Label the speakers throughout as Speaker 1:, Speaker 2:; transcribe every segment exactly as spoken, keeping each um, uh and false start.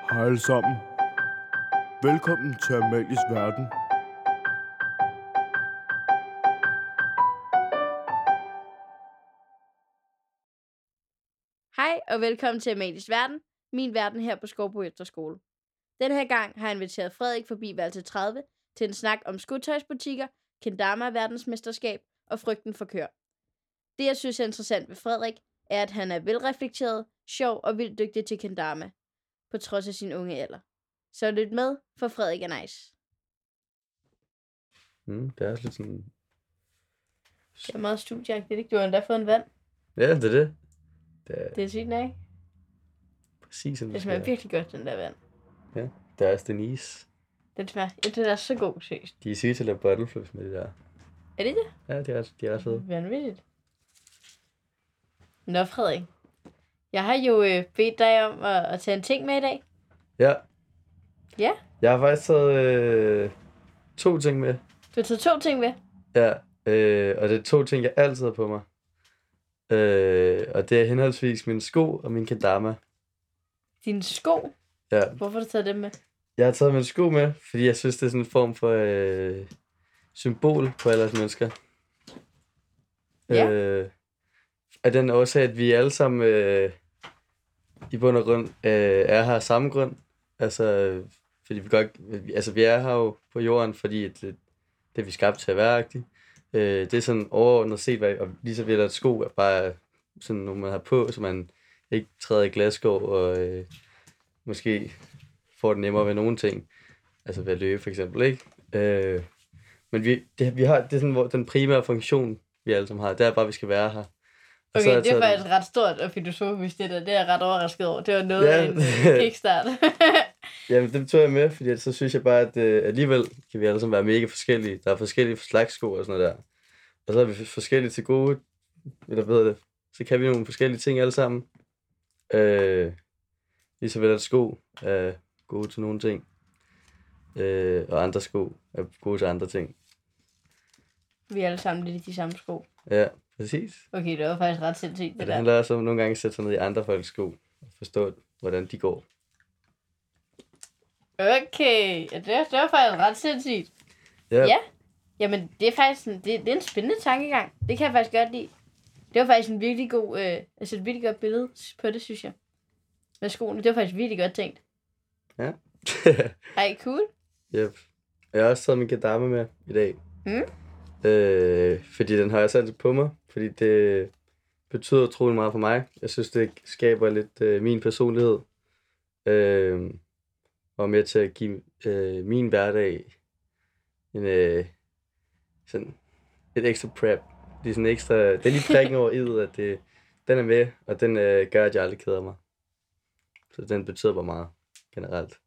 Speaker 1: Hej alle sammen. Velkommen til Amalies Verden.
Speaker 2: Hej og velkommen til Amalies Verden, min verden her på Skovbo Efterskole. Den her gang har jeg inviteret Frederik forbi værelse tredive til en snak om skotøjsbutikker, kendama verdensmesterskab og frygten for kør. Det jeg synes er interessant ved Frederik, er at han er velreflekteret, sjov og vildt dygtig til kendama, på trods af sin unge alder. Så lyt med, for Frederik er nice.
Speaker 3: Mm, det er også lidt sådan...
Speaker 2: Det er meget studieagtigt, ikke? Du har endda fået en vand.
Speaker 3: Ja, det er det. Det er,
Speaker 2: Det er sygt, ikke?
Speaker 3: præcis som
Speaker 2: Det smager virkelig godt, den der vand.
Speaker 3: Ja, der er også Denise.
Speaker 2: Den smager, ja, det er så god, seriøst.
Speaker 3: De er syge til at lave bottle flips med det der.
Speaker 2: Er det det?
Speaker 3: Ja, de er, de er ret fede.
Speaker 2: Vanvittigt. Nå, Frederik. Jeg har jo øh, bedt dig om at, at tage en ting med i dag.
Speaker 3: Ja.
Speaker 2: Ja?
Speaker 3: Jeg har faktisk taget øh, to ting med.
Speaker 2: Du har taget to ting med.
Speaker 3: Ja, øh, og det er to ting, jeg altid har på mig. Øh, og det er henholdsvis mine sko og min kendama.
Speaker 2: Dine sko?
Speaker 3: Ja.
Speaker 2: Hvorfor har du taget dem med?
Speaker 3: Jeg har taget mine sko med, fordi jeg synes, det er sådan en form for øh, symbol på alle os mennesker.
Speaker 2: Ja.
Speaker 3: Øh, af den årsag, at vi alle sammen øh, i bund og grund øh, er her af samme grund. Altså, fordi vi, godt, altså, vi er her jo på jorden, fordi det, det er vi skabt til at være agtigt. Øh, det er sådan overordnet set, hvad, og lige så vil et sko er bare sådan nogle, man har på, så man ikke træder i glasskår og øh, måske får det nemmere ved nogle ting. Altså ved at løbe for eksempel, ikke? Øh, men vi, det, vi har, det er sådan, hvor den primære funktion, vi alle sammen har, det er bare, at vi skal være her. Og
Speaker 2: Okay,
Speaker 3: så
Speaker 2: det er faktisk den... ret stort og filosofisk, det der. Det er jeg ret overrasket over. Det var noget
Speaker 3: Ja.
Speaker 2: af en uh, kickstart.
Speaker 3: Jamen, det tog jeg med, fordi så synes jeg bare, at uh, alligevel kan vi alle sammen være mega forskellige. Der er forskellige slags sko og sådan noget der. Og så er vi forskellige til gode, eller ved det. Så kan vi nogle forskellige ting alle sammen. Øh, lige så vel at sko er gode til nogle ting. Øh, og andre sko er gode til andre ting.
Speaker 2: Vi er alle sammen lidt i de samme sko.
Speaker 3: Ja, præcis.
Speaker 2: Okay, det var faktisk ret sindssygt,
Speaker 3: Det,
Speaker 2: det
Speaker 3: det
Speaker 2: der.
Speaker 3: handler også om nogle gange at sætte sig ned i andre folks sko. Og forstå, hvordan de går.
Speaker 2: Okay, ja, det, var, det var faktisk ret sindssygt.
Speaker 3: Ja.
Speaker 2: Ja. Jamen, det er faktisk en, det, det er en spændende tankegang. Det kan jeg faktisk godt lide. Det var faktisk en virkelig god, øh, altså et virkelig godt billede på det, synes jeg. Med skoene, det var faktisk virkelig godt tænkt.
Speaker 3: Ja.
Speaker 2: Ej, cool.
Speaker 3: Yep. Jeg har også taget min kendama med i dag.
Speaker 2: Mm.
Speaker 3: Øh, fordi den har jeg sat på mig. Fordi det betyder utrolig meget for mig. Jeg synes, det skaber lidt øh, min personlighed. Øh, og med til at give øh, min hverdag en, øh, sådan et ekstra prep. Det er sådan ekstra, det er lige prikken over i'et, at det, den er med, og den øh, gør, at jeg aldrig keder mig. Så den betyder bare meget generelt.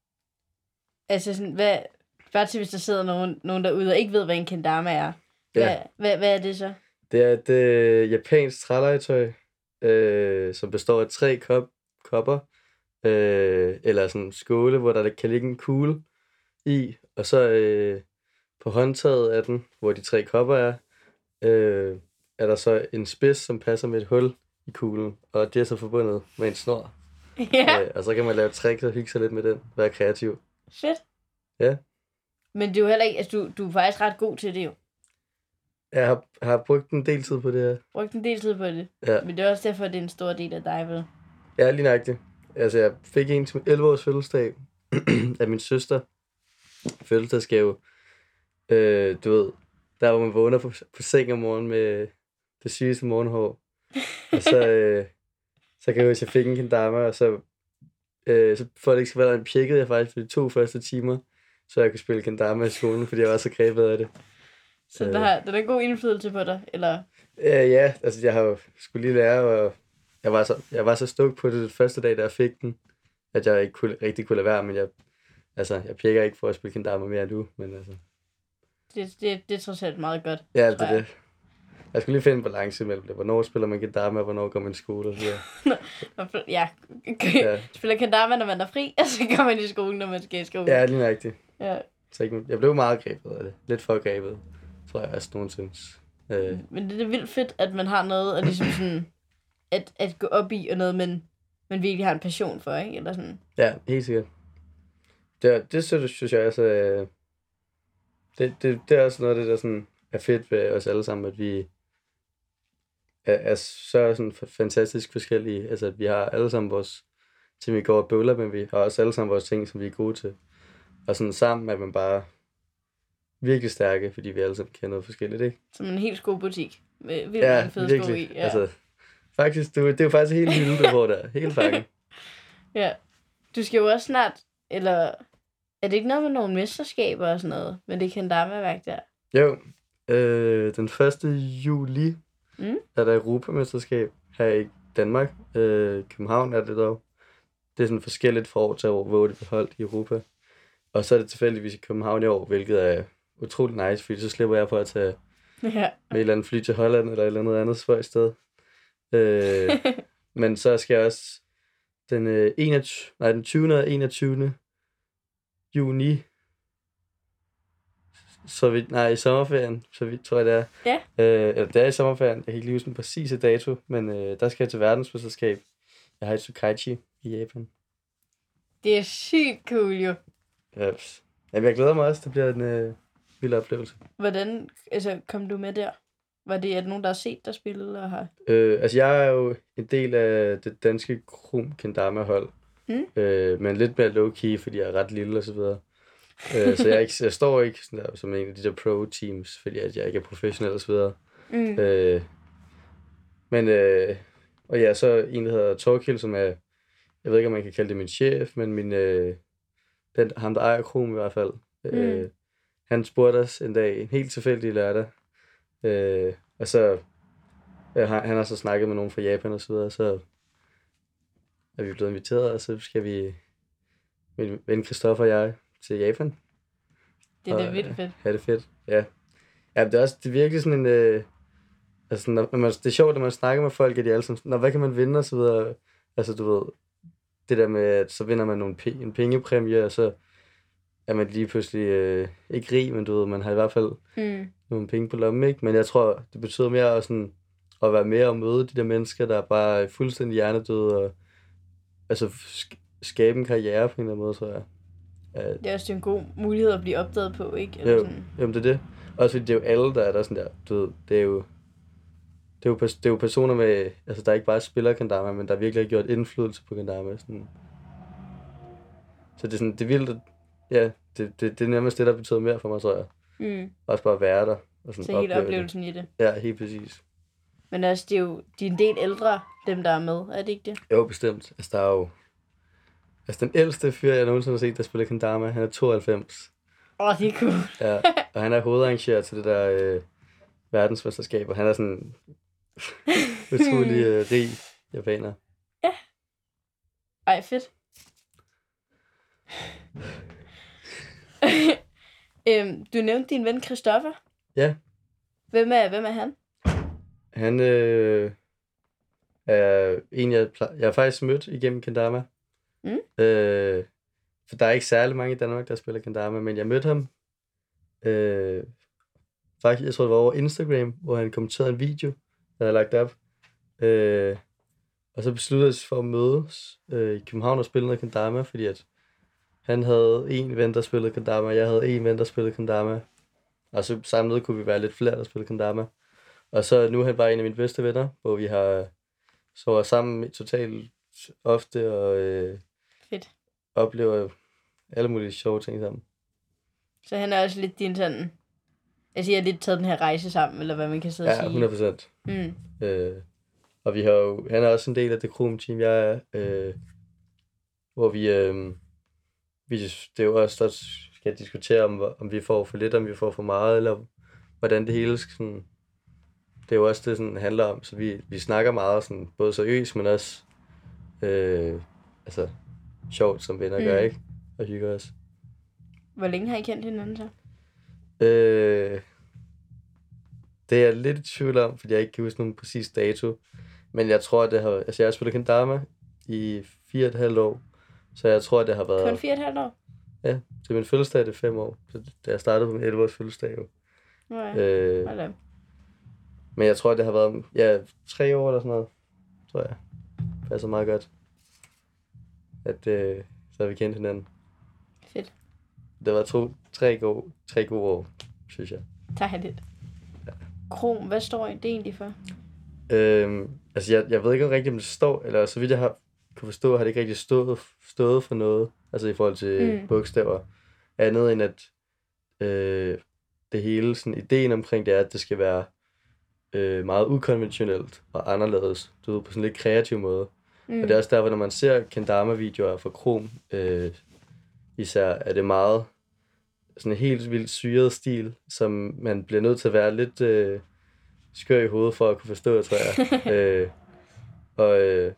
Speaker 2: Altså sådan, hvad, bare til hvis der sidder nogen, nogen derude og ikke ved, hvad en kendama er. Hvad,
Speaker 3: Ja.
Speaker 2: hvad, hvad er det så?
Speaker 3: Det er et øh, japansk trælegetøj, øh, som består af tre kop, kopper, øh, eller sådan skåle, hvor der kan ligge en kugle i, og så øh, på håndtaget af den, hvor de tre kopper er, øh, er der så en spids, som passer med et hul i kuglen, og det er så forbundet med en snor.
Speaker 2: Ja,
Speaker 3: Øh, og så kan man lave tricks og hygge sig lidt med den, være kreativ.
Speaker 2: fedt.
Speaker 3: Ja.
Speaker 2: Men du er jo heller ikke, altså du, du er faktisk ret god til det jo.
Speaker 3: Jeg har, har brugt en del tid på det her.
Speaker 2: Brugt en del tid på det.
Speaker 3: Ja.
Speaker 2: Men det er også derfor, at det er en stor del af dig, vel?
Speaker 3: Ja, lige nøjagtigt. Altså, jeg fik en til min elleve års fødselsdag af min søster. Fødselsdagsgave. Øh, du ved, der hvor man vågner på, på seng om morgenen med det sygeste morgenhår. Og så, øh, så kan jeg huske, at jeg fik en kendama, og så, øh, så for at det ikke skal være en pjekkede jeg faktisk for de to første timer, så jeg kunne spille kendama i skolen, fordi jeg var så grebet af det.
Speaker 2: Så
Speaker 3: Øh.
Speaker 2: der har, der er en god indflydelse på dig, eller?
Speaker 3: Ja, ja, altså jeg har jo skulle lige lære, og jeg var så, jeg var så stuk på det, det første dag, da jeg fik den, at jeg ikke kunne, rigtig kunne lade være, men jeg, altså, jeg pjekker ikke for at spille kendama mere nu, men altså.
Speaker 2: Det, det, det er trods alt meget godt.
Speaker 3: Ja, det
Speaker 2: tror
Speaker 3: er det. Jeg skulle lige finde en balance mellem det. Hvornår spiller man kendama, og hvornår går man i skole og så videre.
Speaker 2: Ja,
Speaker 3: Ja.
Speaker 2: spiller kendama, når man er fri, og så går man i skole, når man skal i skole.
Speaker 3: Ja, lige nøjagtigt.
Speaker 2: Ja.
Speaker 3: Så ikke, jeg blev meget grebet af det. Lidt for grebet, tror jeg også nogen synes. Øh,
Speaker 2: Men det er vildt fedt, at man har noget at, ligesom sådan, at, at gå op i, og noget, man, man virkelig har en passion for, ikke? Eller sådan.
Speaker 3: ja, helt sikkert. det, er- det synes, synes jeg også, øh, det, det, det er også noget af det, der sådan er fedt ved os alle sammen, at vi er, er så sådan f- fantastisk forskellige. Altså, at vi har alle sammen vores ting, vi går og bøvler, men vi har også alle sammen vores ting, som vi er gode til. Og sådan sammen er man bare virkelig stærke, fordi vi alle sammen kan noget forskelligt, ikke?
Speaker 2: Som en helt skobutik. Med vildt
Speaker 3: Ja,
Speaker 2: mange fede sko
Speaker 3: virkelig.
Speaker 2: i. Ja.
Speaker 3: Altså, faktisk, det, det er jo faktisk helt vildt, du får der. Helt fanget.
Speaker 2: ja. Du skal jo også snart, eller er det ikke noget med nogle mesterskaber og sådan noget, men det kan Kendama-værk der?
Speaker 3: Jo, øh, den første juli
Speaker 2: Mm.
Speaker 3: er der Europamesterskab her i Danmark. Øh, København er det dog. Det er sådan forskelligt fra år til år, hvor det bliver holdt i Europa. Og så er det tilfældigvis i København i år, hvilket er utrolig nice, fordi så slipper jeg for at tage
Speaker 2: Ja.
Speaker 3: med et eller andet fly til Holland eller et eller andet andet svøj sted. Øh, men så skal jeg også den, øh, enogtyvende, nej, den tyvende og enogtyvende juni, så vi, nej, i sommerferien, så vi tror jeg det er.
Speaker 2: Ja.
Speaker 3: Øh, eller det er i sommerferien, jeg kan ikke lige huske den præcise dato, men øh, der skal jeg til verdensmesterskab. Jeg har i Tsukaichi i Japan.
Speaker 2: Det er sygt cool jo.
Speaker 3: Ja, jamen, jeg glæder mig også, det bliver en øh, vild oplevelse.
Speaker 2: Hvordan altså, kom du med der? Var det at nogen, der har set dig spille? Eller har...
Speaker 3: Øh, altså, jeg er jo en del af det danske Krum Kendama-hold,
Speaker 2: Mm.
Speaker 3: øh, men lidt mere low-key, fordi jeg er ret lille og så videre. øh, så jeg, er ikke, jeg står ikke sådan der, som en af de der pro-teams, fordi at jeg ikke er professionel og så videre.
Speaker 2: Mm.
Speaker 3: Øh, men, øh, og ja, så en, der hedder Torkild, som er, jeg ved ikke, om man kan kalde det min chef, men min, øh, den, ham, der ejer Krum i hvert fald. Øh,
Speaker 2: Mm.
Speaker 3: Han spurgte os en dag, en helt tilfældig lørdag, øh, og så, øh, han, han har så snakket med nogen fra Japan og så videre, så er vi blevet inviteret, og så skal vi, min ven Christoffer og jeg, til Japan.
Speaker 2: Det er da
Speaker 3: Og,
Speaker 2: vildt fedt.
Speaker 3: Ja, det er fedt. Ja. Ja, det er også det er virkelig sådan en... Øh, altså, når, når man, det er sjovt, når man snakker med folk, at de alle sådan, når, hvad kan man vinde, og så videre. Altså, du ved, det der med, at så vinder man nogle p- en pengepræmie, og så er man lige pludselig øh, ikke rig, men du ved, man har i hvert fald
Speaker 2: Mm.
Speaker 3: nogle penge på lommen, ikke? Men jeg tror, det betyder mere at, sådan, at være mere og møde de der mennesker, der er bare fuldstændig hjernedøde, og altså sk- skabe en karriere på en eller anden måde, tror jeg. Ja,
Speaker 2: Det er også en god mulighed at blive opdaget på, ikke? Eller
Speaker 3: Jo,
Speaker 2: sådan.
Speaker 3: jamen det er det. Også fordi det er jo alle, der er der sådan der, du ved, det er jo, det er jo, pers- det er jo personer med, altså der ikke bare spiller kendama, men der virkelig har gjort indflydelse på kendama. Sådan. Så det er sådan, det er vildt, at, ja, det, det, det er nærmest det, der betyder mere for mig, tror jeg.
Speaker 2: Mm.
Speaker 3: Også bare at være der. Og sådan
Speaker 2: Så hele
Speaker 3: opleve
Speaker 2: oplevelsen i det.
Speaker 3: det. Ja, helt præcis.
Speaker 2: Men altså, det er jo de er en del ældre, dem der er med, er det ikke det?
Speaker 3: Jo, bestemt. Altså der er jo, altså den ældste fyr, jeg nogensinde har set, der spiller kendama, han er tooghalvfems.
Speaker 2: Åh, oh, det er cool.
Speaker 3: Ja, og han er hovedarrangør til det der øh, verdensmesterskab, og han er sådan utrolig øh, rig japaner.
Speaker 2: Ej, fedt. øhm, du nævnte din ven Christoffer.
Speaker 3: Ja.
Speaker 2: Hvem er, hvem er han?
Speaker 3: Han øh, er en, jeg, ple- jeg har faktisk mødt igennem kendama.
Speaker 2: Mm.
Speaker 3: Øh, for der er ikke særlig mange i Danmark, der spiller kendama, men jeg mødte ham øh, faktisk, jeg tror det var over Instagram, hvor han kommenterede en video, der havde lagt op. Øh, og så besluttede jeg os for at mødes øh, i København og spille noget kendama, fordi at han havde en ven, der spillede kendama, og jeg havde en ven, der spillede kendama. Og så samlet kunne vi være lidt flere, der spillede kendama. Og så nu er han bare en af mine bedste venner, hvor vi har sovet sammen totalt ofte og øh,
Speaker 2: Fedt.
Speaker 3: oplever alle mulige sjove ting sammen.
Speaker 2: Så han er også lidt din sådan... Altså, I har lidt taget den her rejse sammen, eller hvad man kan sidde og
Speaker 3: Ja,
Speaker 2: sige.
Speaker 3: hundrede procent.
Speaker 2: Mm.
Speaker 3: Øh, og vi har jo, han er også en del af det Krum-team, jeg er, øh, hvor vi, øh, vi, det er jo også, der skal diskutere, om, om vi får for lidt, om vi får for meget, eller hvordan det hele skal sådan, det er jo også det, sådan handler om, så vi, vi snakker meget sådan, både seriøst, men også øh, altså, sjovt, som venner mm. gør, ikke? Og hygger os.
Speaker 2: Hvor længe har I kendt hinanden så?
Speaker 3: Øh, det er jeg lidt i tvivl om, fordi jeg ikke kan huske nogen præcis dato. Men jeg tror, det har... Altså, jeg har spillet kendama i fire og et halvt år. Så jeg tror, det har været...
Speaker 2: Kun fire og et halvt år?
Speaker 3: Ja, til min fødselsdag er det fem år. Så da jeg startede på min elleve års fødselsdag jo.
Speaker 2: Nej,
Speaker 3: Øh,
Speaker 2: hold da.
Speaker 3: men jeg tror, det har været... Ja, tre år eller sådan noget. Tror jeg. Passer meget godt. At øh, så har vi kendt hinanden.
Speaker 2: Fedt.
Speaker 3: det var to, tre, gode, tre gode år, synes jeg.
Speaker 2: Dejligt. Krom, hvad står det egentlig for?
Speaker 3: Øhm, altså, jeg, jeg ved ikke rigtigt, om det står, eller så vidt jeg har kunne forstå, har det ikke rigtig stået, stået for noget, altså i forhold til mm. bogstaver, andet end at øh, det hele, sådan ideen omkring det er, at det skal være øh, meget ukonventionelt og anderledes, du ved, på sådan en lidt kreativ måde. Mm. Og det er også derfor, når man ser kendama-videoer fra Krom, øh, især er det meget sådan en helt vildt syret stil, som man bliver nødt til at være lidt øh, skør i hovedet for at kunne forstå, tror jeg. øh, og øh,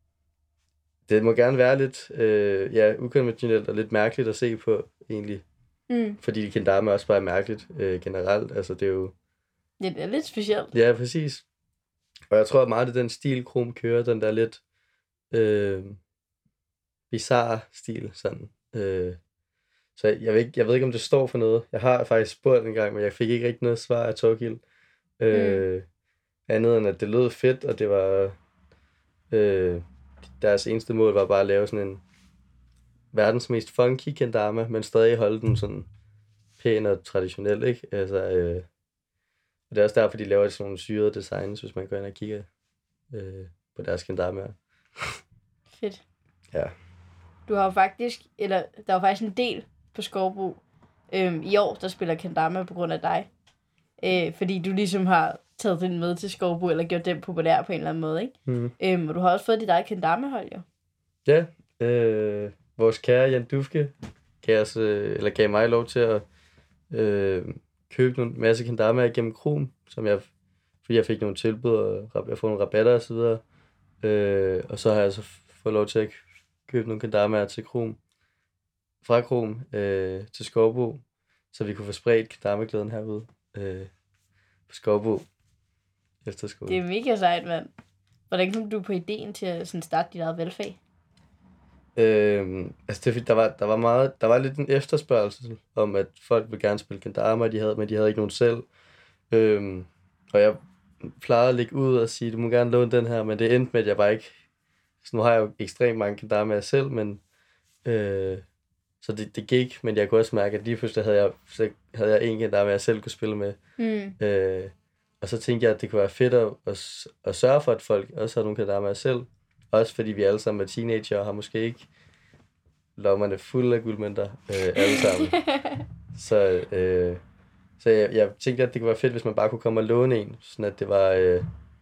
Speaker 3: det må gerne være lidt øh, ja, ukonventionelt og lidt mærkeligt at se på, egentlig. Mm. Fordi kendama også bare er mærkeligt øh, generelt. Altså, det er jo...
Speaker 2: Ja, det er lidt specielt.
Speaker 3: Ja, præcis. Og jeg tror at meget af den stil, Krom kører, den der lidt øh, bizarre stil, sådan. Øh, så jeg ved, ikke, jeg ved ikke, om det står for noget. Jeg har faktisk spurgt en gang, men jeg fik ikke rigtig noget svar af Torgild. Øh, mm. Andet end, at det lød fedt, og det var... Øh, deres eneste mål var bare at lave sådan en verdens mest funky kendama, men stadig holde den sådan pæn og traditionel, ikke? Altså, øh, og det er også derfor, de laver sådan nogle syrede designs, hvis man går ind og kigger øh, på deres kendamaer.
Speaker 2: Fedt.
Speaker 3: Ja.
Speaker 2: Du har jo faktisk, eller der er jo faktisk en del på Skovbo øhm, i år, der spiller kendama på grund af dig. Øh, fordi du ligesom har taget den med til Skovbo, eller gjort den populær på en eller anden måde, ikke? Mm. Øhm, og du har også fået dit eget kendama-hold, jo.
Speaker 3: Ja, øh, vores kære Jan Dufke gav, os, øh, eller gav mig lov til at øh, købe en masse kendamaer gennem Krom, som jeg, fordi jeg fik nogle tilbud, og jeg får nogle rabatter og så videre. Øh, og så har jeg så fået lov til at købe nogle kendamaer til Krom, fra Krom øh, til Skovbo, så vi kunne få spredt kendama-glæden herude øh, på Skovbo efter skole.
Speaker 2: Det er mega sejt, mand. Hvordan kom du på ideen til at sådan starte dit eget valgfag?
Speaker 3: Øhm, altså det, der var der var meget der var lidt en efterspørgsel om at folk ville gerne spille kendama, de havde men de havde ikke nogen selv. Øhm, og jeg plejede at lægge ud og sige du må gerne låne den her, men det endte med at jeg bare ikke. Så nu har jeg jo ekstremt mange kendamaer selv, men øh, så det, det gik, men jeg kunne også mærke at lige pludselig havde jeg så havde jeg en kendama jeg selv kunne spille med. Mm. Øh, og så tænkte jeg at det kunne være fedt at, at, at sørge for at folk også havde nogle kendamaer selv. Også fordi vi alle sammen er teenager og har måske ikke lommerne fulde af guldmønter øh, alle sammen. så øh, så jeg, jeg tænkte, at det kunne være fedt, hvis man bare kunne komme og låne en. Sådan at det var... Øh,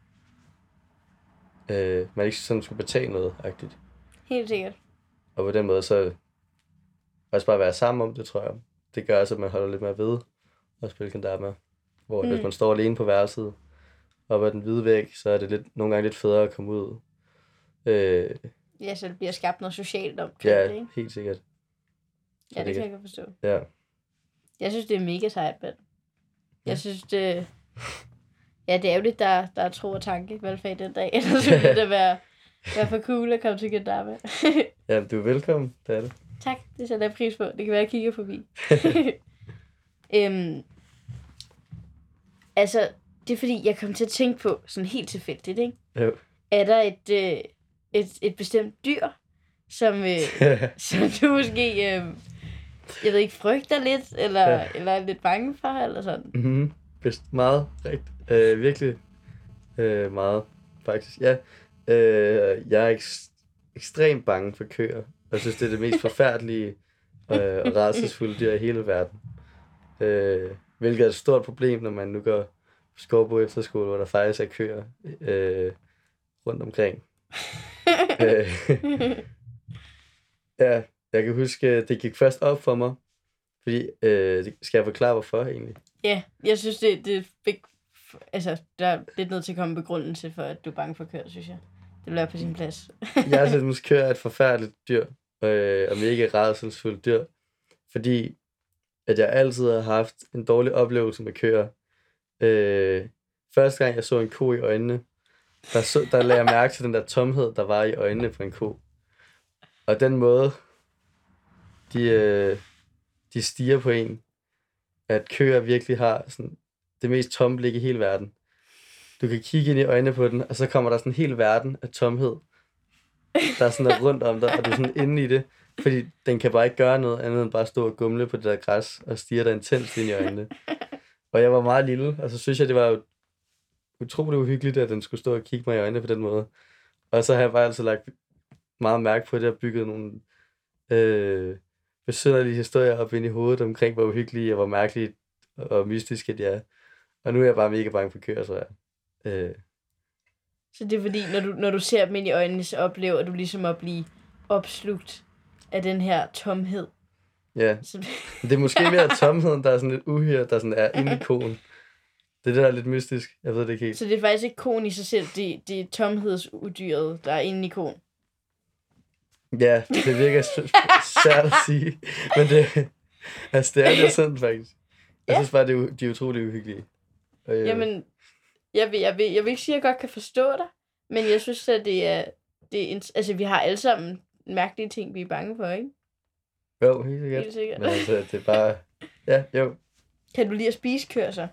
Speaker 3: øh, man ikke sådan skulle betale noget-agtigt.
Speaker 2: Helt sikkert.
Speaker 3: Og på den måde, så også bare være sammen om det, tror jeg. Det gør også, at man holder lidt mere ved at spille kendama. Hvor mm. hvis man står alene på værelset op ad den hvide væg, så er det lidt, nogle gange lidt federe at komme ud. Øh,
Speaker 2: ja, så det bliver skabt noget socialt omkring
Speaker 3: ja,
Speaker 2: det, ikke?
Speaker 3: helt sikkert.
Speaker 2: Så ja, det, det kan jeg godt forstå.
Speaker 3: Ja.
Speaker 2: Jeg synes, det er mega sejt, men jeg ja. synes, det... Ja, det er ærgerligt, der, der er tro og tanke valgfag den dag. Ellers ville det være, være for cool at komme til kendama.
Speaker 3: Ja, du er velkommen, det er det.
Speaker 2: Tak, det sætter jeg pris på. Det kan være, jeg kigger forbi. øhm, altså, det er fordi, jeg kom til at tænke på, sådan helt tilfældigt, ikke?
Speaker 3: Jo.
Speaker 2: Er der et, øh, et, et bestemt dyr, som, øh, som du måske, øh, jeg ved ikke, frygter lidt, eller, ja. eller er lidt bange for, eller sådan?
Speaker 3: Mm-hmm. Best, meget, rigtigt. Øh, virkelig øh, meget, faktisk. Ja, øh, jeg er ekst- ekstremt bange for køer. Jeg synes, det er det mest forfærdelige øh, og rædselsfulde dyr i hele verden. Øh, hvilket er et stort problem, når man nu går på Skovbo Efterskole, hvor der faktisk er køer øh, rundt omkring. øh, ja, jeg kan huske, det gik først op for mig, fordi, øh, skal jeg forklare, hvorfor egentlig?
Speaker 2: Ja, jeg synes, det, det fik, altså, der er lidt nødt til at komme en begrundelse for, at du er bange for køer, synes jeg. Det vil være på sin plads.
Speaker 3: Jeg synes, måske køer er et forfærdeligt dyr, øh, og mega rædselsfuldt dyr, fordi at jeg altid har haft en dårlig oplevelse med køer. Øh, første gang, jeg så en ko i øjnene, der, så, der lagde jeg mærke til den der tomhed, der var i øjnene på en ko. Og den måde, de, øh, de stiger på en, at køer virkelig har sådan det mest tomme blik i hele verden. Du kan kigge ind i øjnene på den, og så kommer der sådan en hel verden af tomhed, der er sådan der rundt om dig, og du er sådan inde i det. Fordi den kan bare ikke gøre noget andet end bare stå og gumle på det der græs og stirre dig intens ind i øjnene. Og jeg var meget lille, og så synes jeg, det var utroligt uhyggeligt, at den skulle stå og kigge mig i øjnene på den måde. Og så har jeg bare altså lagt meget mærke på det og bygget nogle øh, besynderlige historier op ind i hovedet omkring, hvor uhyggelige og hvor mærkelige og mystiske de er. Og nu er jeg bare mega bange for køer, så jeg. Øh.
Speaker 2: Så det er fordi, når du, når du ser dem ind i øjnene, så oplever du ligesom at blive opslugt af den her tomhed.
Speaker 3: Ja,
Speaker 2: Så...
Speaker 3: det er måske mere tomheden, der er sådan lidt uhyre, der sådan er inde i koen. Det er det, der er lidt mystisk. Jeg ved det ikke helt.
Speaker 2: Så det er faktisk ikke koen i sig selv, det, det er tomhedsudyret, der er inde i koen.
Speaker 3: Ja, det virker svært at sige. Men det, altså, det er lidt sådan faktisk. Jeg synes bare, det er, de er utrolig uhyggelige. Og, øh,
Speaker 2: Jamen, jeg vil, jeg, vil, jeg vil ikke sige, at jeg godt kan forstå dig, men jeg synes, at det er... Det er altså, vi har alle sammen mærkelige ting, vi er bange for, ikke?
Speaker 3: Jo, helt sikkert.
Speaker 2: Helt sikkert.
Speaker 3: Men altså, det er bare... Ja, jo.
Speaker 2: Kan du lide at spise køer så?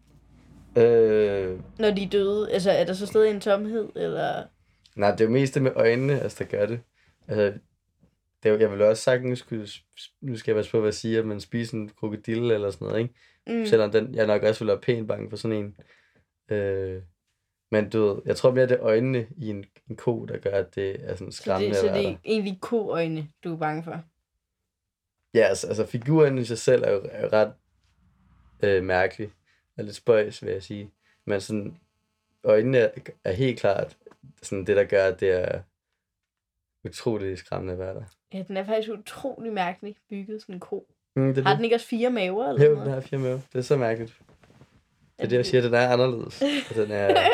Speaker 3: Øh...
Speaker 2: Når de er døde? Altså, er der så stadig en tomhed, eller...
Speaker 3: Nej, det er jo mest det med øjnene, altså, der gør det. Altså, det er jo, jeg vil også sagtens skulle... Nu skal jeg passe på, hvad jeg siger, men spise en krokodille eller sådan noget, ikke? Mm. Selvom den, jeg nok også ville være pænt bange for sådan en. Øh... Men du ved, jeg tror mere, det er øjnene i en, en ko, der gør, at det er sådan skræmmende.
Speaker 2: Så det,
Speaker 3: at
Speaker 2: så
Speaker 3: være
Speaker 2: det er
Speaker 3: der.
Speaker 2: egentlig koøjne, du er bange for?
Speaker 3: Ja, altså, altså figuren i sig selv er jo, er jo ret øh, mærkelig. Og lidt spøjs, vil jeg sige. Men sådan, øjnene er, er helt klart sådan det, der gør, at det er utroligt skræmmende at være der.
Speaker 2: Ja, den er faktisk utrolig mærkelig bygget, sådan en ko.
Speaker 3: Mm, det
Speaker 2: har
Speaker 3: det.
Speaker 2: den ikke også fire maver? Eller
Speaker 3: Jo,
Speaker 2: noget?
Speaker 3: den har fire maver. Det er så mærkeligt. Det er det, jeg siger, den er anderledes. Og den er...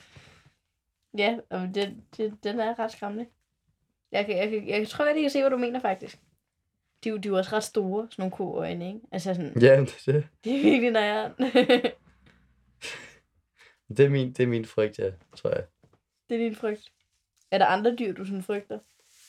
Speaker 2: Ja, og den, den, den er ret skræmmende. Jeg, kan, jeg, kan, jeg tror godt, jeg kan se, hvad du mener, faktisk. De, de er jo også ret store, sådan nogle koøjne, ikke? Altså sådan...
Speaker 3: Ja, det er det.
Speaker 2: Det er virkelig nøjeren.
Speaker 3: Det er min, det er min frygt, ja, tror jeg.
Speaker 2: Det er din frygt. Er der andre dyr, du sådan frygter?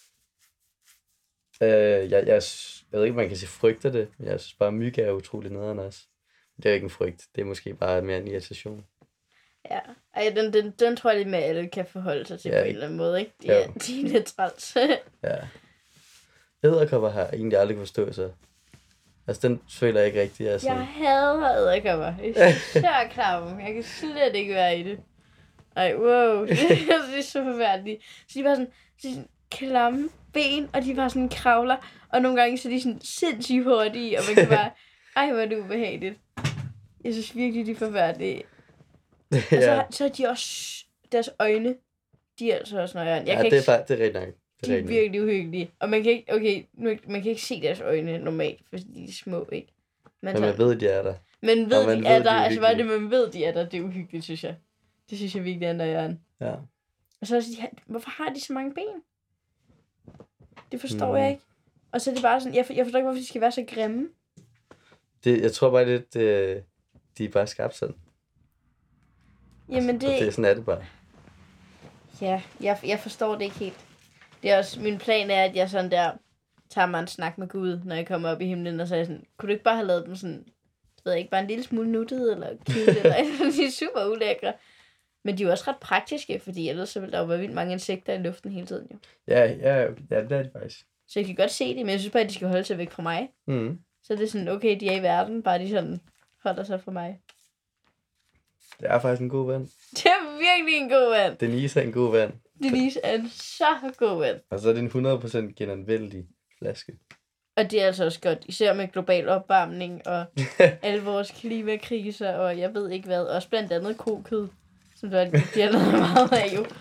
Speaker 3: Øh, jeg, jeg, jeg ved ikke, om man kan sige frygter det, men jeg synes bare, at myg er utrolig nederen også. Det er jo ikke en frygt, det er måske bare mere en irritation.
Speaker 2: Ja, Ej, den, den, den tror jeg lidt med, at alle kan forholde sig til
Speaker 3: Ja,
Speaker 2: på en eller anden måde, ikke? De er, de er lidt træls.
Speaker 3: Ja. Edderkopper har jeg egentlig aldrig kunne forstå, så... Altså, den føler jeg ikke rigtig, er sådan...
Speaker 2: Jeg hader edderkopper. Jeg er så klam. Jeg kan slet ikke være i det. Ej, wow. Det er, det er så forfærdeligt. Så de er bare sådan, de er sådan klamme ben, og de bare sådan kravler. Og nogle gange så er de sådan sindssygt hurtige, og man kan bare... Ej, hvor er det ubehageligt. Jeg synes virkelig, de er forfærdelige. Og så, så er de også... Deres øjne, de er altså også nøjeren.
Speaker 3: Ja, det er, bare, det er rigtig nok.
Speaker 2: De er virkelig uhyggelige. Og man kan ikke, okay, nu, man kan ikke se deres øjne normalt, fordi de er små, ikke?
Speaker 3: Men, men man ved, de er der.
Speaker 2: Men ved, man de ved, er der, de er altså hvad er det, man ved, de er der, det er uhyggeligt, synes jeg. Det synes jeg virkelig er nøjeren.
Speaker 3: Ja.
Speaker 2: Og så er de, hvorfor har de så mange ben? Det forstår
Speaker 3: hmm.
Speaker 2: jeg ikke. Og så er det bare sådan, jeg, jeg forstår ikke, hvorfor de skal være så grimme.
Speaker 3: Det, jeg tror bare lidt, det, de er bare skabt sådan.
Speaker 2: Jamen det...
Speaker 3: Og det er sådan er det bare.
Speaker 2: Ja, jeg, jeg forstår det ikke helt. Det er også, min plan er, at jeg sådan der tager mig en snak med Gud, når jeg kommer op i himlen, og så er jeg sådan, kunne du ikke bare have lavet dem sådan, ved jeg ikke, bare en lille smule nuttet, eller cute, eller de er super ulækre. Men de er jo også ret praktiske, fordi ellers så vil der jo være vildt mange insekter i luften hele tiden, jo.
Speaker 3: Ja, ja, ja, det er det faktisk.
Speaker 2: Så jeg kan godt se det, men jeg synes bare, at de skal holde sig væk fra mig.
Speaker 3: Mm.
Speaker 2: Så det er sådan, okay, de er i verden, bare de sådan holder sig fra mig.
Speaker 3: Det er faktisk en god vand.
Speaker 2: Det er virkelig en god vand.
Speaker 3: Denise er en god vand.
Speaker 2: Denise er en så god vand.
Speaker 3: Og så er det en hundrede procent genanvendelig flaske.
Speaker 2: Og det er altså også godt, især med global opvarmning og alle vores klimakriser, og jeg ved ikke hvad. Også blandt andet kokød, som der de har lavet meget af jo.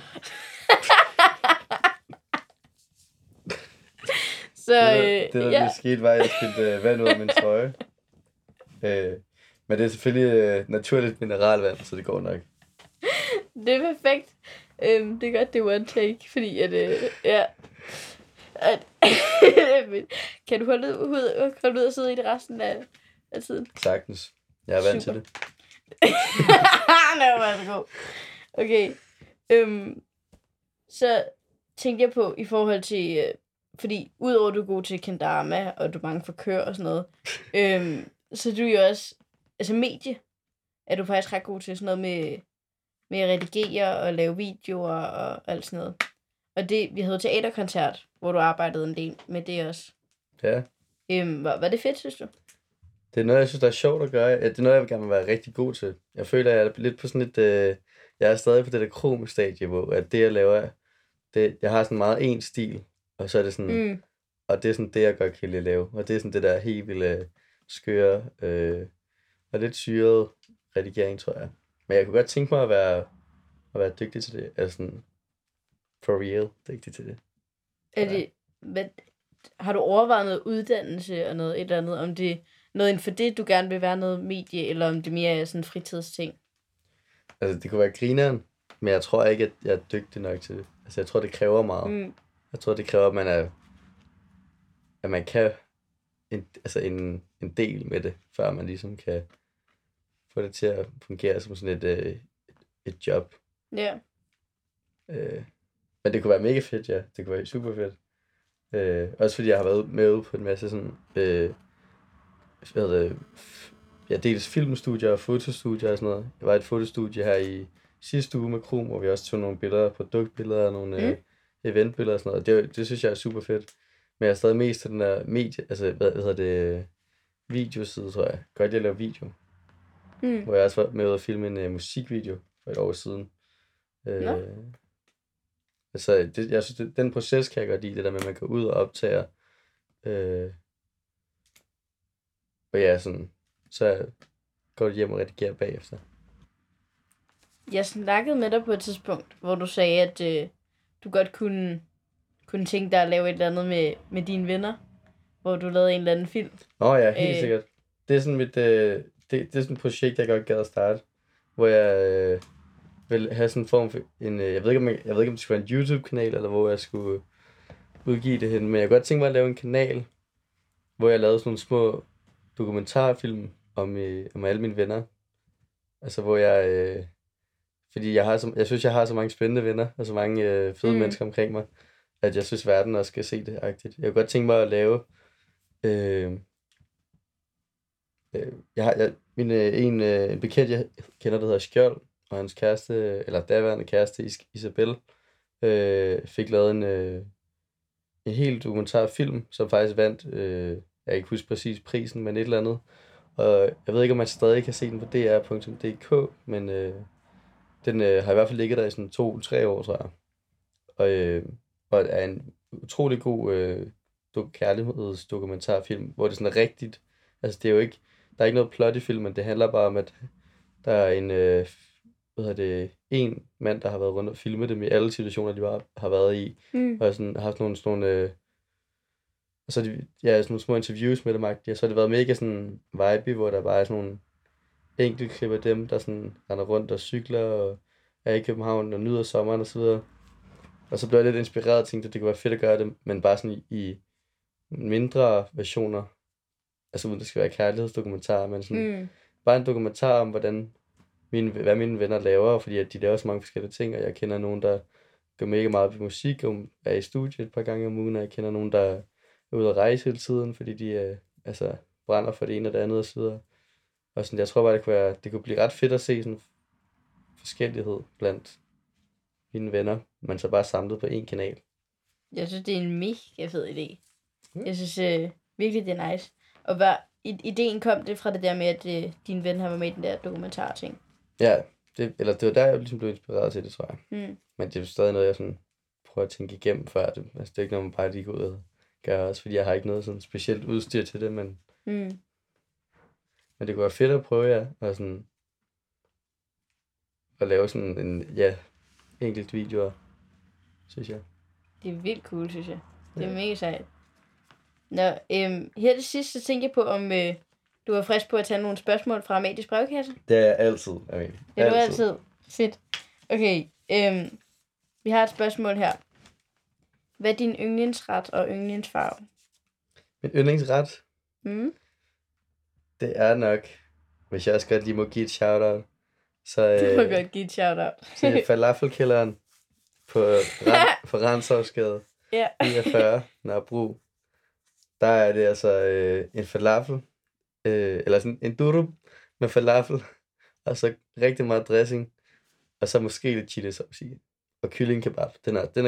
Speaker 2: Så
Speaker 3: det,
Speaker 2: øh,
Speaker 3: der, det der
Speaker 2: ja.
Speaker 3: det skete var, at jeg spildte øh, vand ud af min trøje. øh, men det er selvfølgelig øh, naturligt mineralvand, så det går nok.
Speaker 2: Det er perfekt. Øhm, det er godt, det er one take, fordi at, øh, ja. At, kan du holde ud, holde ud og sidde i det resten af, af tiden?
Speaker 3: Sagtens. Jeg er vant
Speaker 2: Super.
Speaker 3: til det.
Speaker 2: Det var meget god. Okay. Øhm, så tænkte jeg på, i forhold til, øh, fordi udover at du er god til kendama, og du er bange for køer og sådan noget, øhm, så er du jo også, altså medie, er du faktisk ret god til sådan noget med, med at redigere og lave videoer og alt sådan noget. Og det, vi havde teaterkoncert, hvor du arbejdede en del med det også.
Speaker 3: Ja.
Speaker 2: Øhm, var, var det fedt, synes du?
Speaker 3: Det er noget, jeg synes, der er sjovt at gøre. Ja, det er noget, jeg vil gerne være rigtig god til. Jeg føler, jeg er lidt på sådan et... Øh, jeg er stadig på det der krom-stadie, hvor at det, jeg laver, det, jeg har sådan meget en stil, og så er det sådan...
Speaker 2: Mm.
Speaker 3: Og det er sådan det, jeg godt kan lide at lave. Og det er sådan det der helt vilde skøre øh, og lidt syret redigering, tror jeg. Men jeg kunne godt tænke mig at være, at være dygtig til det. Altså sådan, for real dygtig til det.
Speaker 2: Er det, hvad, har du overvejet noget uddannelse og noget et eller andet, om det noget inden for det, du gerne vil være noget medie, eller om det mere er sådan fritidsting?
Speaker 3: Altså, det kunne være grineren, men jeg tror ikke, at jeg er dygtig nok til det. Altså, jeg tror, det kræver meget.
Speaker 2: Mm.
Speaker 3: Jeg tror, det kræver, at man er, at man kan en, altså en, en del med det, før man ligesom kan få det til at fungere som sådan et, øh, et job.
Speaker 2: Ja.
Speaker 3: Øh, men det kunne være mega fedt, ja. Det kunne være super fedt. Øh, også fordi jeg har været med ude på en masse sådan, øh, hvad hedder det, ja, dels filmstudier og fotostudier og sådan noget. Jeg var i et fotostudie her i sidste uge med Krom, hvor vi også tog nogle billeder, produktbilleder og nogle mm. øh, eventbilleder og sådan noget. Det, det synes jeg er super fedt. Men jeg er stadig mest til den der medie, altså hvad, hvad hedder det, videoside, tror jeg. Godt, jeg laver video.
Speaker 2: Mm.
Speaker 3: Hvor jeg også var med ude at filme en uh, musikvideo for et år siden. Øh,
Speaker 2: Nå.
Speaker 3: Altså, det, jeg synes, det, den proces kan jeg godt lide, det der med, at man går ud og optager. Øh, og ja, sådan, så går du hjem og redigerer bagefter.
Speaker 2: Jeg snakkede med dig på et tidspunkt, hvor du sagde, at øh, du godt kunne, kunne tænke dig at lave et eller andet med, med dine venner, hvor du lavede en eller anden film.
Speaker 3: Nå ja, helt
Speaker 2: Øh.
Speaker 3: sikkert. Det er sådan mit, øh, det, det er sådan et projekt, jeg godt gad at starte, hvor jeg øh, vil have sådan en form for en, øh, jeg ved ikke om jeg, jeg ved ikke om det skulle være en YouTube-kanal, eller hvor jeg skulle udgive det hen, men jeg kunne godt tænke mig at lave en kanal, hvor jeg lavede sådan nogle små dokumentarfilm om, øh, om alle mine venner. Altså hvor jeg, øh, fordi jeg har så, jeg synes jeg har så mange spændende venner, og så mange øh, fede
Speaker 2: Mm.
Speaker 3: mennesker omkring mig, at jeg synes verden også skal se det agtigt. Jeg kunne godt tænke mig at lave, øh, øh, jeg har, jeg, min, øh, en, øh, en bekendt jeg kender, der hedder Skjold, og hans kæreste, eller daværende kæreste Is- Isabel, øh, fik lavet en, øh, en helt dokumentarfilm, som faktisk vandt, øh, jeg kan ikke huske præcis prisen, men et eller andet. Og jeg ved ikke, om man stadig kan se den på d r punktum d k, men øh, den øh, har i hvert fald ligget der i sådan to-tre år, tror jeg. Og, øh, og er en utrolig god øh, do- kærlighedsdokumentarfilm, hvor det sådan er rigtigt. Altså det er jo ikke, der er ikke noget plot i filmen, det handler bare om, at der er en, øh, hvad hedder det, en mand, der har været rundt og filmet dem i alle situationer, de var, har været i.
Speaker 2: Mm.
Speaker 3: Og sådan, har haft nogle, sådan nogle, øh, og så er de, ja, sådan nogle små interviews med dem, og så har det været mega sådan vibe, hvor der bare er sådan nogle enkelte klip af dem, der sådan render rundt og cykler, og er i København og nyder sommeren og så videre. Og så blev jeg lidt inspireret og tænkte, at det kunne være fedt at gøre det, men bare sådan i, i mindre versioner. Altså uden det skal være kærlighedsdokumentar, men sådan
Speaker 2: Mm.
Speaker 3: bare en dokumentar om, hvordan mine, hvad mine venner laver, fordi at de laver så mange forskellige ting, og jeg kender nogen, der går mega meget op i musik, og er i studiet et par gange om ugen, og jeg kender nogen, der er ude at rejse hele tiden, fordi de øh, altså, brænder for det ene og det andet og så videre. Og sådan, jeg tror bare, det kunne, være, det kunne blive ret fedt at se sådan forskellighed blandt mine venner, men så bare samlet på én kanal.
Speaker 2: Jeg synes, det er en mega fed idé.
Speaker 3: Mm.
Speaker 2: Jeg synes øh, virkelig, det er nice. Og hvad, i- ideen kom det fra det der med, at øh, din ven har været med i den der dokumentar-ting.
Speaker 3: Ja, det, eller det var der, jeg ligesom blev inspireret til det, tror jeg.
Speaker 2: Mm.
Speaker 3: Men det er stadig noget, jeg sådan prøver at tænke igennem før det. Altså, det er ikke noget, man bare lige går ud og gør også, fordi jeg har ikke noget sådan specielt udstyr til det, men,
Speaker 2: Mm.
Speaker 3: men det kunne være fedt at prøve, ja, og sådan at lave sådan en, ja, enkelt videoer, synes jeg.
Speaker 2: Det er vildt cool, synes jeg. Det er
Speaker 3: Ja.
Speaker 2: mega sejt. Nå, øhm, her til sidst, så tænker jeg på, om øh, du er frisk på at tage nogle spørgsmål fra Amalies brevkasse.
Speaker 3: Det er jeg altid, jeg mener.
Speaker 2: Det er du altid. Fedt. Okay, øhm, vi har et spørgsmål her. Hvad er din yndlingsret og yndlingsfarve?
Speaker 3: Min yndlingsret,
Speaker 2: Mm?
Speaker 3: det er nok, hvis jeg også godt lige må give et shout-out, så
Speaker 2: Du må
Speaker 3: øh,
Speaker 2: godt give et shout-out.
Speaker 3: til falafelkælderen på, Ran- på Randsovsgade
Speaker 2: Ja.
Speaker 3: niogfyrre, Nørrebro. Der er det altså øh, en falafel, øh, eller sådan en durum med falafel, og så rigtig meget dressing, og så måske lidt chili sauce i. Og kyllingkebab, den er, den er god.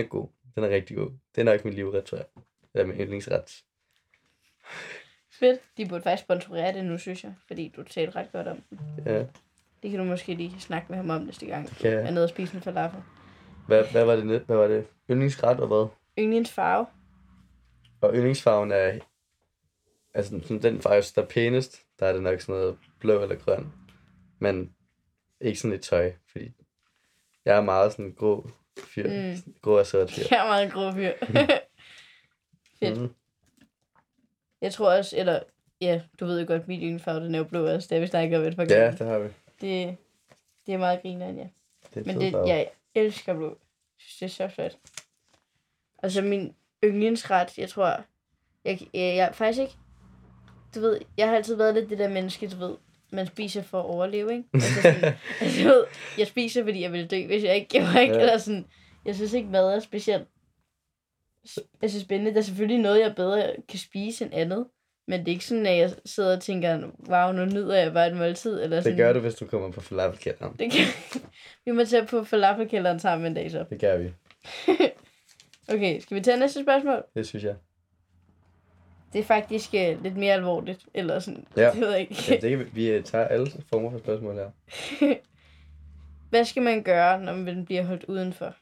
Speaker 3: Den er rigtig god. Det er nok min livret, tror jeg. Eller min yndlingsret.
Speaker 2: Fedt. De burde faktisk sponsorere det nu, synes jeg. Fordi du talte ret godt om den.
Speaker 3: Ja.
Speaker 2: Det kan du måske lige snakke med ham om næste gang.
Speaker 3: Ja.
Speaker 2: Jeg er nede og spise en falafel.
Speaker 3: Hvad, hvad var det net? Hvad var det? Yndlingsret og hvad?
Speaker 2: Yndlingsfarve.
Speaker 3: Og yndlingsfarven er... Altså, sådan den farve, der er pænest, der er det nok sådan noget blå eller grøn. Men ikke sådan et tøj, fordi jeg er meget sådan grå fyr. Mm. Grå og sort fyr.
Speaker 2: Jeg er meget grå fyr. Fedt. Mm. Jeg tror også, eller... Ja, du ved jo godt, mit yndlingsfarve, den er jo blå også. Det har vi snakket om et par gange.
Speaker 3: Ja, det har vi.
Speaker 2: Det, det er meget grineren, ja.
Speaker 3: Det
Speaker 2: Men det, jeg elsker blå. Jeg synes, det er så flot. Altså min yndlingsret, jeg tror... Jeg, jeg, jeg faktisk ikke... Du ved, jeg har altid været lidt det der menneske, du ved... Man spiser for at overleve, ikke? Altså sådan, altså, ved, jeg spiser, fordi jeg ville dø, hvis jeg ikke gjorde, ikke? Ja. Eller sådan, jeg synes ikke, mad er specielt altså, spændende. Der er selvfølgelig noget, jeg bedre kan spise end andet. Men det er ikke sådan, at jeg sidder og tænker, wow, nu nyder jeg bare et måltid. Eller sådan.
Speaker 3: Det gør du, hvis du kommer på falafelkælderen.
Speaker 2: Det kan... Vi må tage på falafelkælderen sammen en dag så.
Speaker 3: Det gør vi.
Speaker 2: Okay, skal vi tage næste spørgsmål?
Speaker 3: Det synes jeg.
Speaker 2: Det er faktisk uh, lidt mere alvorligt, eller sådan,
Speaker 3: ja.
Speaker 2: det ved jeg ikke.
Speaker 3: Ja, det kan vi, vi tager alle former for spørgsmål her.
Speaker 2: Hvad skal man gøre, når man bliver holdt udenfor?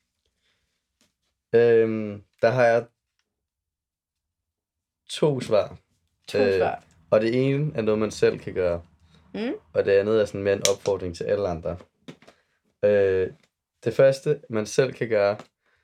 Speaker 3: Øhm, der har jeg to svar.
Speaker 2: To øh, svar.
Speaker 3: Og det ene er noget, man selv kan gøre. Mm. Og det andet er sådan mere en opfordring til alle andre. Øh, det første, man selv kan gøre,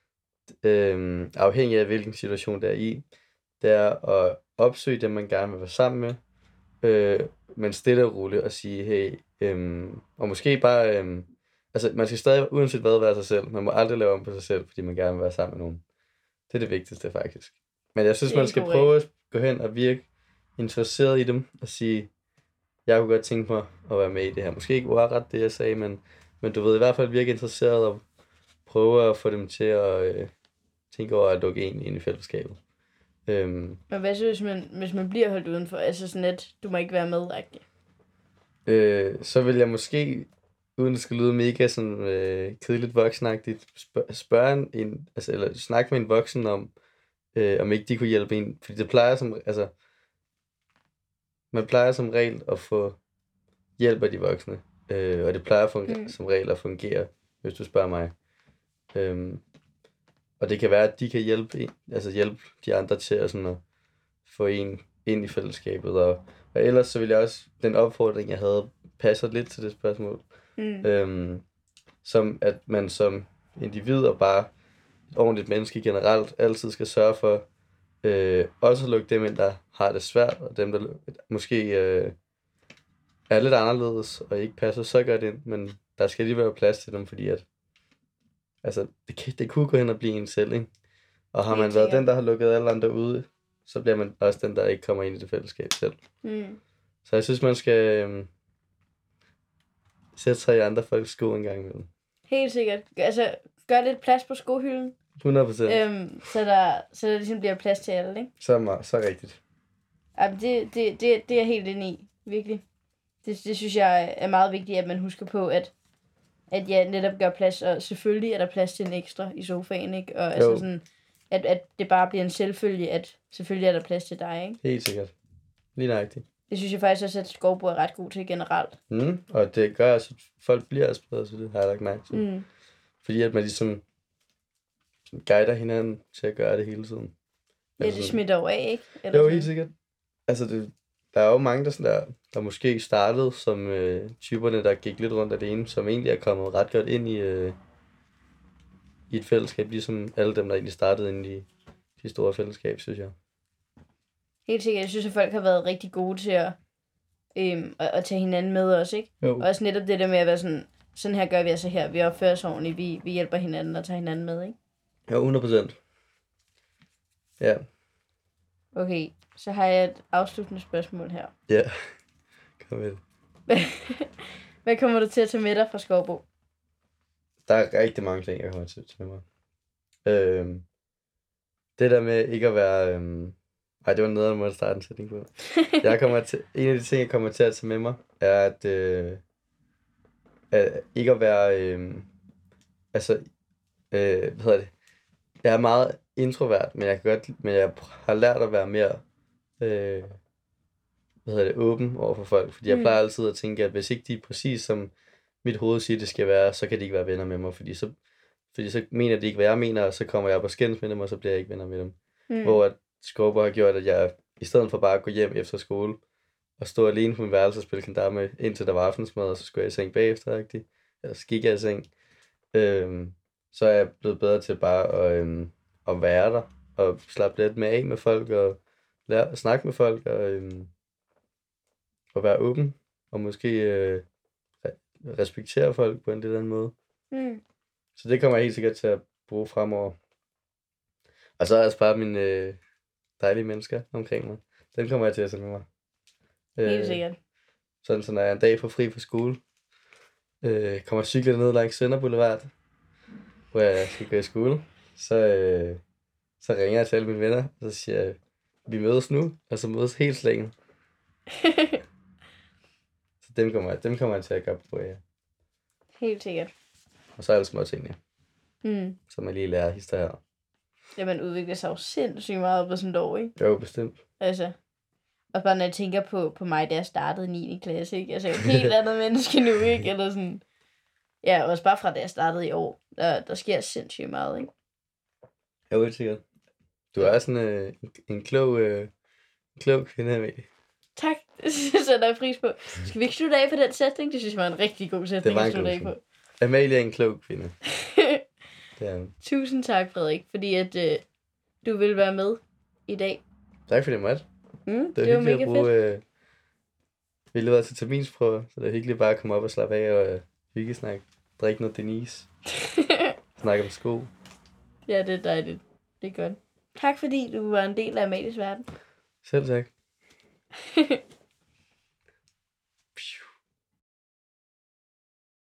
Speaker 3: øh, afhængig af hvilken situation det er i, det er at opsøge dem, man gerne vil være sammen med, øh, men stille og roligt og sige, hey, øh, og måske bare, øh, altså man skal stadig, uanset hvad, være sig selv. Man må aldrig lave om på sig selv, fordi man gerne vil være sammen med nogen. Det er det vigtigste, faktisk. Men jeg synes, man skal prøve at gå hen og virke interesseret i dem, og sige, jeg kunne godt tænke mig at være med i det her. Måske ikke ret det, jeg sagde, men, men du ved i hvert fald virke interesseret, og prøve at få dem til at øh, tænke over at lukke en ind i fællesskabet. Øhm,
Speaker 2: Men hvad så, hvis man, hvis man bliver holdt udenfor? Altså sådan et, du må ikke være med, rigtig?
Speaker 3: Øh, så vil jeg måske, uden at skal lyde mega sådan øh, kedeligt voksenagtigt, spørge, spørge en, altså, eller snakke med en voksen om, øh, om ikke de kunne hjælpe en. Fordi det plejer som, altså, man plejer som regel at få hjælp af de voksne. Øh, og det plejer for, mm. som regel at fungere, hvis du spørger mig. Øhm, og det kan være, at de kan hjælpe, en, altså hjælpe de andre til at, sådan at få en ind i fællesskabet. Og, og ellers så vil jeg også, den opfordring, jeg havde, passer lidt til det spørgsmål. Mm. Øhm, som at man som individ og bare et ordentligt menneske generelt altid skal sørge for øh, også at lukke dem ind, der har det svært, og dem, der måske øh, er lidt anderledes og ikke passer så godt ind, men der skal lige være plads til dem, fordi at altså, det, det kunne gå hen og blive en selv, ikke? Og har man været den, der har lukket alle andre ude, så bliver man også den, der ikke kommer ind i det fællesskab selv. Mm. Så jeg synes, man skal øh, sætte sig i andre folks sko en gang imellem.
Speaker 2: Helt sikkert. Altså, gør lidt plads på skohylden.
Speaker 3: hundrede procent.
Speaker 2: Øhm, så, der, så der ligesom bliver plads til alle, ikke?
Speaker 3: Så meget, så rigtigt.
Speaker 2: Jamen, det, det, det, det er jeg helt inde i, virkelig. Det, det synes jeg er meget vigtigt, at man husker på, at, at jeg netop gør plads, og selvfølgelig er der plads til en ekstra i sofaen, ikke? Og altså sådan, at, at det bare bliver en selvfølge, at selvfølgelig er der plads til dig, ikke?
Speaker 3: Helt sikkert. Lige nøjagtigt.
Speaker 2: Det synes jeg faktisk også, at Skovbo er ret god til generelt.
Speaker 3: Mm, og det gør også, at folk bliver aspireret, så det har jeg lagt mærke til. Mm. Fordi at man ligesom guider hinanden til at gøre det hele tiden.
Speaker 2: Ja, det smitter over af, ikke? Eller
Speaker 3: jo, helt sikkert. Altså, det, der er jo mange, der, sådan der, der måske startede som øh, typerne, der gik lidt rundt alene, som egentlig er kommet ret godt ind i, øh, i et fællesskab, ligesom alle dem, der egentlig startede ind i de store fællesskab, synes jeg.
Speaker 2: Helt sikkert. Jeg synes, at folk har været rigtig gode til at, øhm, at, at tage hinanden med også, ikke? Jo. Og også netop det der med at være sådan, sådan her gør vi altså her, vi opfører os ordentligt, vi, vi hjælper hinanden og tager hinanden med, ikke?
Speaker 3: Ja, hundrede procent. Ja.
Speaker 2: Okay, så har jeg et afsluttende spørgsmål her.
Speaker 3: Ja, kom med det.
Speaker 2: Hvad kommer du til at tage med dig fra Skovbo?
Speaker 3: Der er rigtig mange ting, jeg kommer til at tage med mig. Øhm, det der med ikke at være... Øhm, ej, det var noget, jeg måtte starte en sætning på. Jeg kommer til, en af de ting, jeg kommer til at tage med mig, er at, øh, at ikke at være... Øh, altså, øh, hvad hedder det? jeg er meget introvert, men jeg kan godt, men jeg har lært at være mere, øh, hvad hedder det, åben over for folk. Fordi jeg
Speaker 2: Mm.
Speaker 3: plejer altid at tænke, at hvis ikke de er præcis som mit hoved siger, det skal være, så kan de ikke være venner med mig. Fordi så, fordi så mener de ikke, hvad jeg mener, og så kommer jeg på skændes med dem, og så bliver jeg ikke venner med dem.
Speaker 2: Mm.
Speaker 3: Hvor at Skorborg har gjort, at jeg i stedet for bare at gå hjem efter skole, og stå alene på min værelse og spille kendama, indtil der var aftensmad, og så skulle jeg i seng bagefter, rigtig. Eller så gik jeg i seng. Øhm, så er jeg blevet bedre til bare at, øhm, at være der, og slappe lidt med af med folk, og lære at snakke med folk, og, øhm, og være åben, og måske øh, re- respektere folk på en lidt anden måde.
Speaker 2: Mm.
Speaker 3: Så det kommer jeg helt sikkert til at bruge fremover. Og så er altså bare mine øh, dejlige mennesker omkring mig. Dem kommer jeg til at tage med mig.
Speaker 2: Helt sikkert.
Speaker 3: Sådan, så når jeg en dag får fri fra skole, øh, kommer cykler ned langs Sønder Boulevard, hvor jeg skal gå i skole, så, øh, så ringer jeg til alle mine venner, og så siger jeg, vi mødes nu, og så mødes helt slængen. Så dem kommer, dem kommer jeg til at gøre på, ja.
Speaker 2: Helt sikkert.
Speaker 3: Og så er alle små tingene,
Speaker 2: Mm.
Speaker 3: som jeg lige lærer hister her.
Speaker 2: Ja, man udvikler sig jo sindssygt meget på sådan et år, ikke?
Speaker 3: Jo, bestemt.
Speaker 2: Altså, og bare når jeg tænker på, på mig, da jeg startede niende klasse, ikke? Altså, jeg er jo et helt andet menneske nu, ikke? Eller sådan. Ja, også bare fra da jeg startede i år. Der, der sker sindssygt meget, ikke?
Speaker 3: Jo, helt sikkert. Du er sådan øh, en, en klog, øh, en klog kvinde, Amalie.
Speaker 2: Tak, det sætter jeg pris på. Skal vi ikke slutte af på den sætning? Det synes jeg var en rigtig god sætning
Speaker 3: Det var en
Speaker 2: at slutte
Speaker 3: god
Speaker 2: af på.
Speaker 3: sætning. Amalie er en klog kvinde. Det er hun.
Speaker 2: Tusind tak, Frederik, fordi at øh, du vil være med i dag.
Speaker 3: Tak fordi du måtte.
Speaker 2: Mm,
Speaker 3: Det var,
Speaker 2: det var
Speaker 3: hyggeligt
Speaker 2: mega
Speaker 3: at bruge,
Speaker 2: fedt.
Speaker 3: øh, vi har lige været til terminsprøve, så det er hyggeligt bare at komme op og slappe af og øh, hyggesnak. Drikke noget Denise. Snakke om sko.
Speaker 2: Ja, det er dejligt. Det er godt. Tak fordi du var en del af Amalies verden.
Speaker 3: Selv tak.